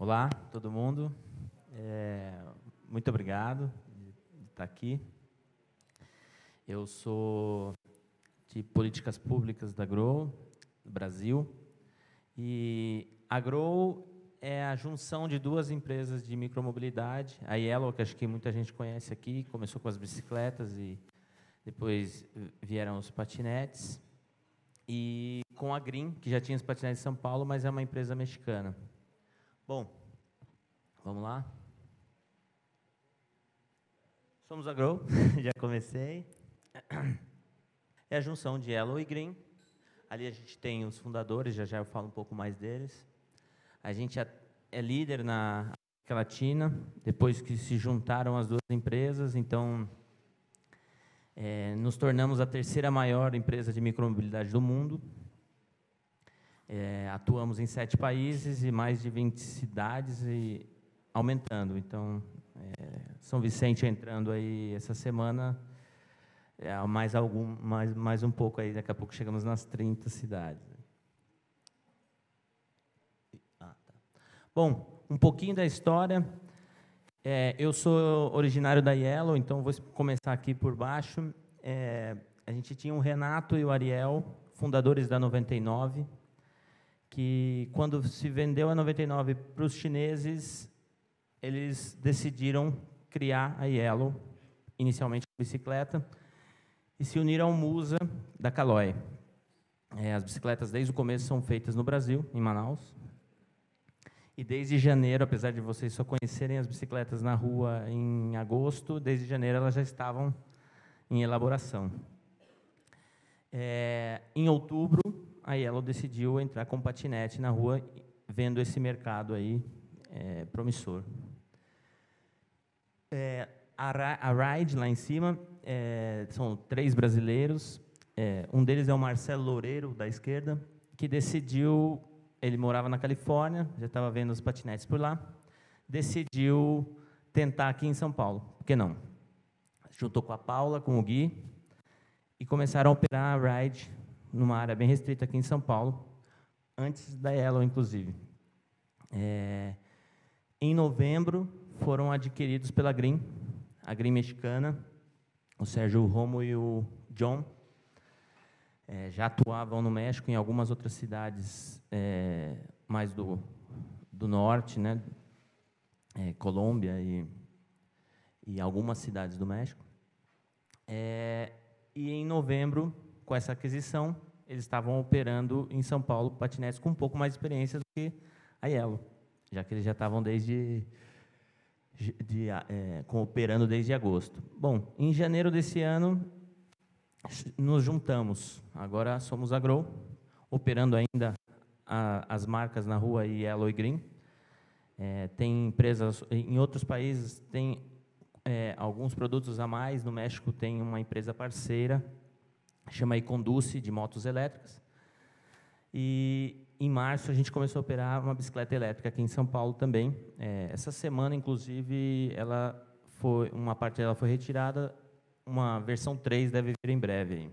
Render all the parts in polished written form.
Olá, todo mundo. Muito obrigado de estar aqui. Eu sou de Políticas Públicas da Grow, do Brasil. E a Grow é a junção de duas empresas de micromobilidade. A Yellow, que acho que muita gente conhece aqui, começou com as bicicletas e depois vieram os patinetes. E com a Green, que já tinha os patinetes em São Paulo, mas é uma empresa mexicana. Bom, vamos lá. Somos a Grow, já comecei. É a junção de Yellow e Green. Ali a gente tem os fundadores, já eu falo um pouco mais deles. A gente é líder na América Latina, depois que se juntaram as duas empresas, então nos tornamos a terceira maior empresa de micromobilidade do mundo. Atuamos em 7 países e mais de 20 cidades e aumentando. Então, São Vicente entrando aí essa semana, mais um pouco aí, daqui a pouco chegamos nas 30 cidades. Bom, um pouquinho da história. Eu sou originário da Yellow, então vou começar aqui por baixo. A gente tinha o Renato e o Ariel, fundadores da 99, que quando se vendeu a 99 para os chineses, eles decidiram criar a Yellow, inicialmente com bicicleta, e se uniram ao Musa da Caloi. As bicicletas, desde o começo, são feitas no Brasil, em Manaus. E desde janeiro, apesar de vocês só conhecerem as bicicletas na rua em agosto, desde janeiro elas já estavam em elaboração. Em outubro, a Yellow decidiu entrar com patinete na rua, vendo esse mercado aí promissor. A Ride, lá em cima, são 3 brasileiros. Um deles é o Marcelo Loureiro, da esquerda, que decidiu, ele morava na Califórnia, já estava vendo os patinetes por lá, decidiu tentar aqui em São Paulo. Por que não? Juntou com a Paula, com o Gui, e começaram a operar a Ride numa área bem restrita aqui em São Paulo, antes da Yellow, inclusive. Em novembro, foram adquiridos pela Green, a Green mexicana, o Sérgio Romo e o John. Já atuavam no México, em algumas outras cidades mais do norte, né? Colômbia e algumas cidades do México. E em novembro, com essa aquisição, eles estavam operando em São Paulo patinetes com um pouco mais de experiência do que a Yellow, já que eles já estavam operando desde agosto. Bom, em janeiro desse ano, nos juntamos. Agora somos a Grow, operando ainda as marcas na rua Yellow e Green. Tem empresas em outros países, tem alguns produtos a mais. No México tem uma empresa parceira, chama Conduce, de motos elétricas. E em março a gente começou a operar uma bicicleta elétrica aqui em São Paulo também. Essa semana, inclusive, uma parte dela foi retirada. Uma versão 3 deve vir em breve.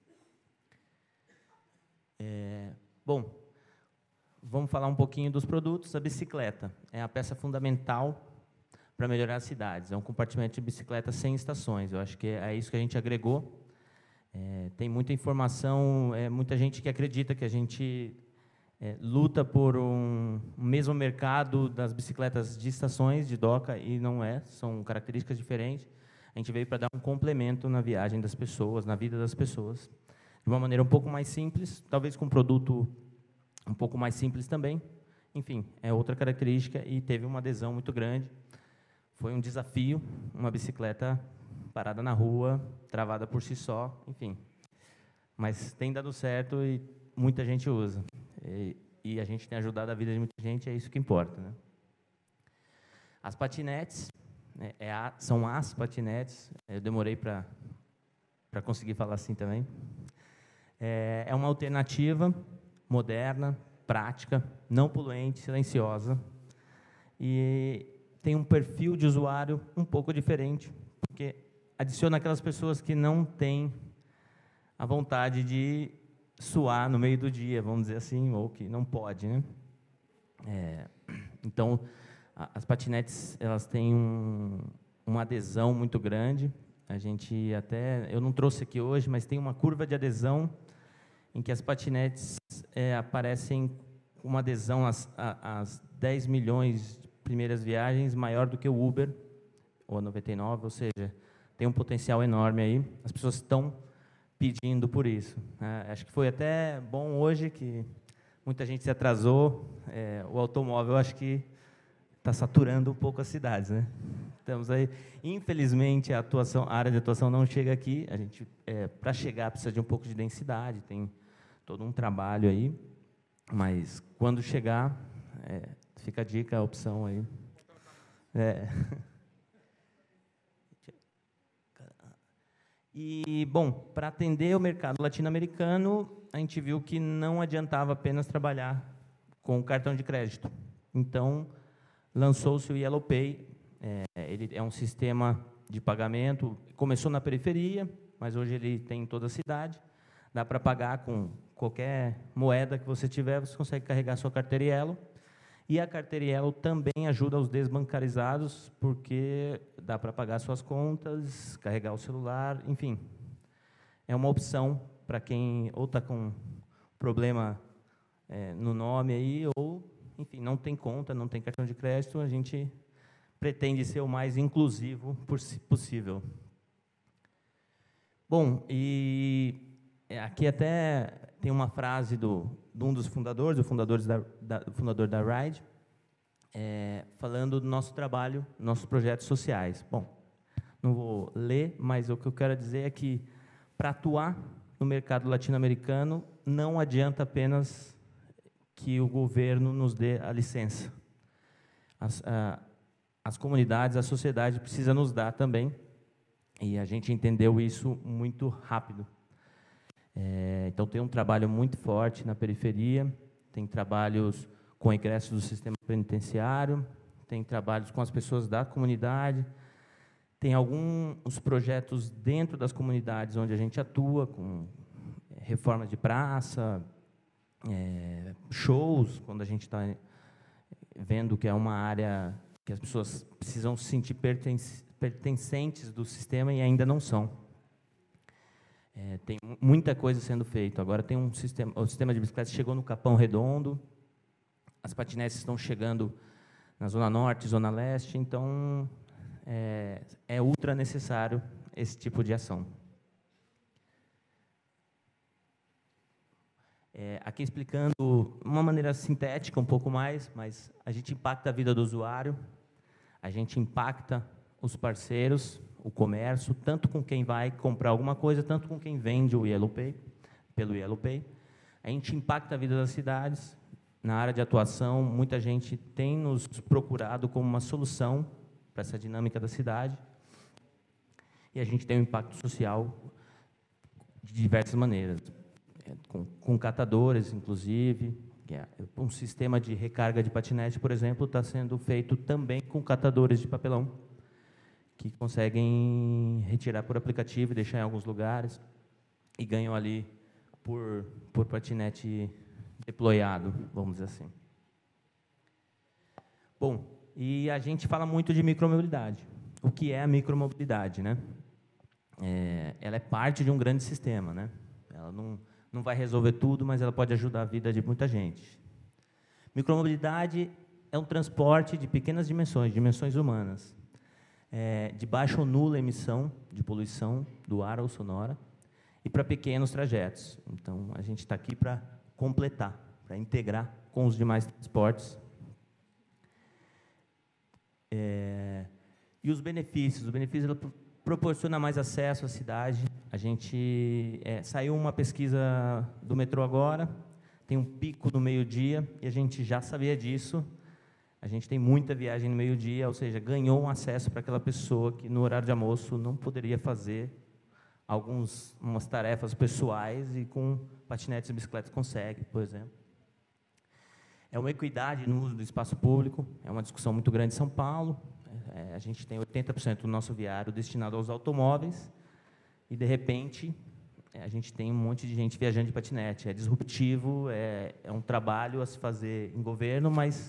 Bom, vamos falar um pouquinho dos produtos. A bicicleta é a peça fundamental para melhorar as cidades. É um compartimento de bicicleta sem estações. Eu acho que é isso que a gente agregou. Tem muita informação, muita gente que acredita que a gente luta por um mesmo mercado das bicicletas de estações, de doca, e não é, são características diferentes. A gente veio para dar um complemento na viagem das pessoas, na vida das pessoas, de uma maneira um pouco mais simples, talvez com um produto um pouco mais simples também. Enfim, é outra característica e teve uma adesão muito grande. Foi um desafio, uma bicicleta parada na rua, travada por si só, enfim. Mas tem dado certo e muita gente usa. E a gente tem ajudado a vida de muita gente, é isso que importa, né? As patinetes, são as patinetes, eu demorei para conseguir falar assim também. É uma alternativa moderna, prática, não poluente, silenciosa, e tem um perfil de usuário um pouco diferente, porque adiciona aquelas pessoas que não têm a vontade de suar no meio do dia, vamos dizer assim, ou que não pode, né? Então, as patinetes, elas têm uma adesão muito grande. A gente até, eu não trouxe aqui hoje, mas tem uma curva de adesão em que as patinetes aparecem com uma adesão às 10 milhões de primeiras viagens maior do que o Uber, ou a 99, ou seja, tem um potencial enorme aí. As pessoas estão pedindo por isso. Acho que foi até bom hoje que muita gente se atrasou. O automóvel, acho que está saturando um pouco as cidades, né? Estamos aí. Infelizmente, a área de atuação não chega aqui. A gente, para chegar, precisa de um pouco de densidade. Tem todo um trabalho aí. Mas quando chegar, fica a dica, a opção aí. E, bom, para atender o mercado latino-americano, a gente viu que não adiantava apenas trabalhar com o cartão de crédito. Então, lançou-se o Yellow Pay. Ele é um sistema de pagamento, começou na periferia, mas hoje ele tem em toda a cidade. Dá para pagar com qualquer moeda que você tiver, você consegue carregar sua carteira Yellow. E a carteira Yellow também ajuda os desbancarizados, porque dá para pagar suas contas, carregar o celular, enfim. É uma opção para quem ou está com problema no nome aí, ou, enfim, não tem conta, não tem cartão de crédito. A gente pretende ser o mais inclusivo possível. Bom, e aqui até tem uma frase de um dos fundadores, o fundador da Ride, falando do nosso trabalho, nossos projetos sociais. Bom, não vou ler, mas o que eu quero dizer é que, para atuar no mercado latino-americano, não adianta apenas que o governo nos dê a licença. As comunidades, a sociedade precisa nos dar também, e a gente entendeu isso muito rápido. Então, tem um trabalho muito forte na periferia, tem trabalhos com egressos do sistema penitenciário, tem trabalhos com as pessoas da comunidade, tem alguns projetos dentro das comunidades onde a gente atua, com reformas de praça, shows, quando a gente está vendo que é uma área que as pessoas precisam se sentir pertencentes do sistema e ainda não são. Tem muita coisa sendo feita. Agora tem o sistema de bicicletas chegou no Capão Redondo, as patinetes estão chegando na Zona Norte, Zona Leste, então é ultra necessário esse tipo de ação. Aqui explicando de uma maneira sintética um pouco mais, mas a gente impacta a vida do usuário, a gente impacta os parceiros, o comércio, tanto com quem vai comprar alguma coisa, tanto com quem vende o Yellow Pay, pelo Yellow Pay. A gente impacta a vida das cidades. Na área de atuação, muita gente tem nos procurado como uma solução para essa dinâmica da cidade. E a gente tem um impacto social de diversas maneiras, com catadores, inclusive. Um sistema de recarga de patinete, por exemplo, está sendo feito também com catadores de papelão, que conseguem retirar por aplicativo e deixar em alguns lugares, e ganham ali por patinete deployado, vamos dizer assim. Bom, e a gente fala muito de micromobilidade. O que é a micromobilidade, né? Ela é parte de um grande sistema, né? Ela não vai resolver tudo, mas ela pode ajudar a vida de muita gente. Micromobilidade é um transporte de pequenas dimensões humanas, de baixa ou nula emissão de poluição do ar ou sonora, e para pequenos trajetos. Então, a gente está aqui para completar, para integrar com os demais transportes. E os benefícios? Ela proporciona mais acesso à cidade. A gente saiu uma pesquisa do metrô agora, tem um pico no meio-dia, e a gente já sabia disso. A gente tem muita viagem no meio-dia, ou seja, ganhou um acesso para aquela pessoa que no horário de almoço não poderia fazer umas tarefas pessoais e com patinetes e bicicletas consegue, por exemplo. É uma equidade no uso do espaço público, é uma discussão muito grande em São Paulo. A gente tem 80% do nosso viário destinado aos automóveis e, de repente, a gente tem um monte de gente viajando de patinete. É disruptivo, é um trabalho a se fazer em governo, mas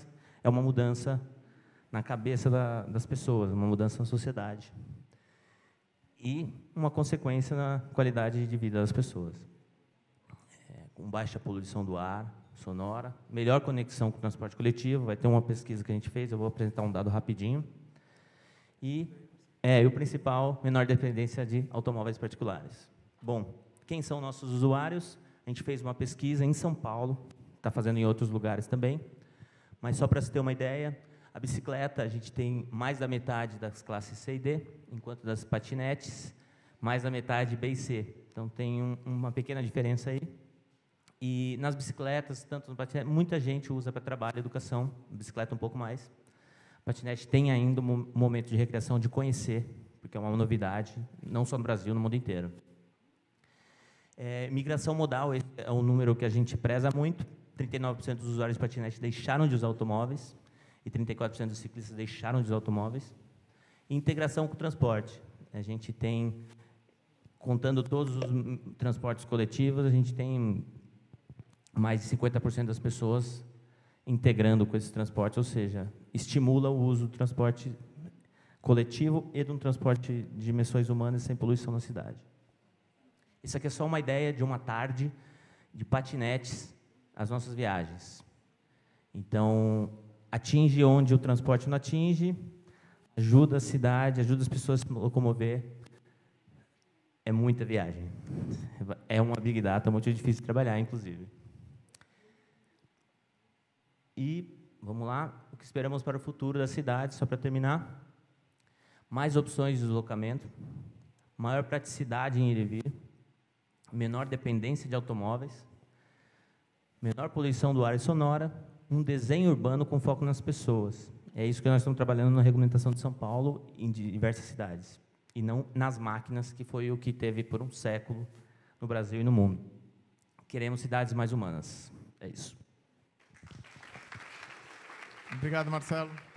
é uma mudança na cabeça das pessoas, uma mudança na sociedade. E uma consequência na qualidade de vida das pessoas. Com baixa poluição do ar, sonora, melhor conexão com o transporte coletivo, vai ter uma pesquisa que a gente fez, eu vou apresentar um dado rapidinho. E o principal, menor dependência de automóveis particulares. Bom, quem são nossos usuários? A gente fez uma pesquisa em São Paulo, está fazendo em outros lugares também, mas só para se ter uma ideia, a bicicleta, a gente tem mais da metade das classes C e D, enquanto das patinetes, mais da metade B e C. Então, tem uma pequena diferença aí. E nas bicicletas, tanto no patinete, muita gente usa para trabalho e educação, bicicleta um pouco mais. Patinete tem ainda um momento de recreação, de conhecer, porque é uma novidade, não só no Brasil, no mundo inteiro. Migração modal é um número que a gente preza muito. 39% dos usuários de patinete deixaram de usar automóveis e 34% dos ciclistas deixaram de usar automóveis. E integração com o transporte. A gente tem, contando todos os transportes coletivos, a gente tem mais de 50% das pessoas integrando com esse transporte, ou seja, estimula o uso do transporte coletivo e de um transporte de dimensões humanas sem poluição na cidade. Isso aqui é só uma ideia de uma tarde de patinetes as nossas viagens. Então, atinge onde o transporte não atinge, ajuda a cidade, ajuda as pessoas a se locomover. É muita viagem. É uma big data, muito difícil de trabalhar, inclusive. E, vamos lá, o que esperamos para o futuro da cidade, só para terminar. Mais opções de deslocamento, maior praticidade em ir e vir, menor dependência de automóveis, menor poluição do ar e sonora, um desenho urbano com foco nas pessoas. É isso que nós estamos trabalhando na regulamentação de São Paulo em diversas cidades, e não nas máquinas, que foi o que teve por um século no Brasil e no mundo. Queremos cidades mais humanas. É isso. Obrigado, Marcelo.